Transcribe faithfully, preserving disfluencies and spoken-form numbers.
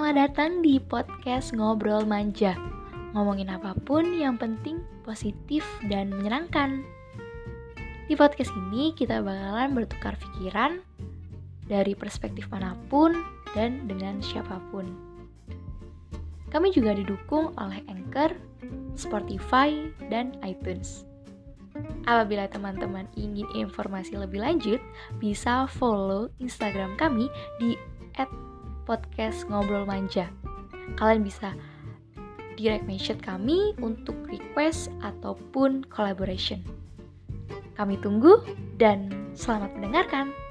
selamat datang di podcast Ngobrol Manja. Ngomongin apapun yang penting positif dan menyenangkan. Di podcast ini kita bakalan bertukar pikiran dari perspektif manapun dan dengan siapapun. Kami juga didukung oleh Anchor, Spotify, dan iTunes. Apabila teman-teman ingin informasi lebih lanjut, bisa follow Instagram kami di et podcast ngobrol manja. Kalian bisa direct message kami untuk request ataupun collaboration. Kami tunggu dan selamat mendengarkan.